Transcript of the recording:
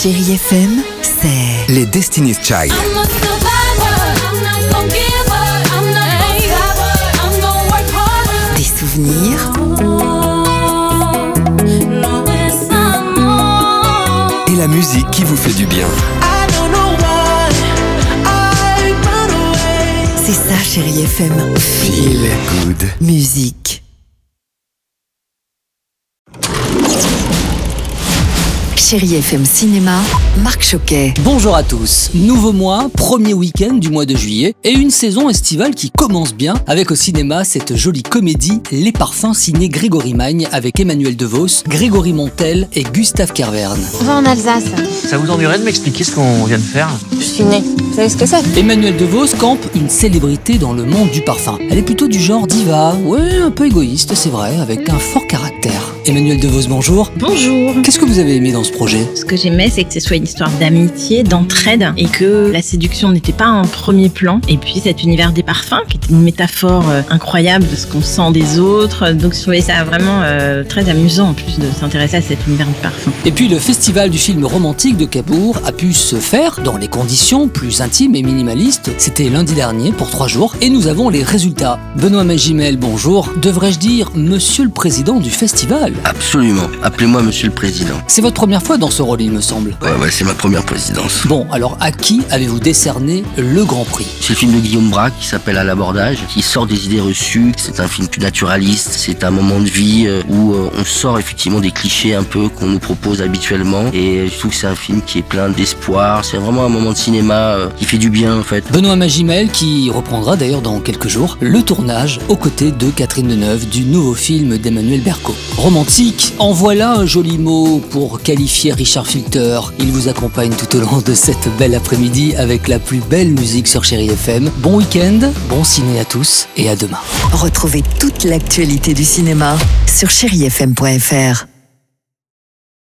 Chérie FM, c'est les Destiny's Child. des souvenirs Et la musique qui vous fait du bien. C'est ça, Chérie FM. Feel good. Musique. Chérie FM Cinéma, Marc Choquet. Bonjour à tous, nouveau mois, premier week-end du mois de juillet et une saison estivale qui commence bien avec au cinéma cette jolie comédie Les Parfums signée Grégory Magne avec Emmanuel DeVos, Grégory Montel et Gustave Kervern. On va en Alsace. Ça vous ennuierait de m'expliquer ce qu'on vient de faire? Je suis née. Vous savez ce que c'est? Emmanuel DeVos campe une célébrité dans le monde du parfum. Elle est plutôt du genre diva, ouais, un peu égoïste, c'est vrai, avec un fort caractère. Emmanuel DeVos, bonjour. Bonjour. Qu'est-ce que vous avez aimé dans ce projet? Ce que j'aimais, c'est que ce soit une histoire d'amitié, d'entraide, et que la séduction n'était pas en premier plan. Et puis cet univers des parfums, qui est une métaphore incroyable de ce qu'on sent des autres. Donc je trouvais ça vraiment très amusant, en plus de s'intéresser à cet univers du parfum. Et puis le festival du film romantique de Cabourg a pu se faire dans les conditions plus intimes et minimalistes. C'était lundi dernier pour 3 jours et nous avons les résultats. Benoît Magimel, bonjour. Devrais-je dire Monsieur le Président du festival? Absolument. Appelez-moi Monsieur le Président. C'est votre première fois dans ce rôle, il me semble. Ouais, c'est ma première présidence. Bon, alors à qui avez-vous décerné le Grand Prix? C'est le film de Guillaume Braque qui s'appelle À l'abordage, qui sort des idées reçues. C'est un film plus naturaliste. C'est un moment de vie où on sort effectivement des clichés un peu qu'on nous propose habituellement. Et je trouve que c'est un film qui est plein d'espoir. C'est vraiment un moment de cinéma qui fait du bien en fait. Benoît Magimel qui reprendra d'ailleurs dans quelques jours le tournage aux côtés de Catherine Deneuve du nouveau film d'Emmanuel Berco. Romantique, en voilà un joli mot pour qualifier Richard Filter. Il vous accompagne tout au long de cette belle après-midi avec la plus belle musique sur Chérie FM. Bon week-end, bon ciné à tous et à demain. Retrouvez toute l'actualité du cinéma sur chérifm.fr.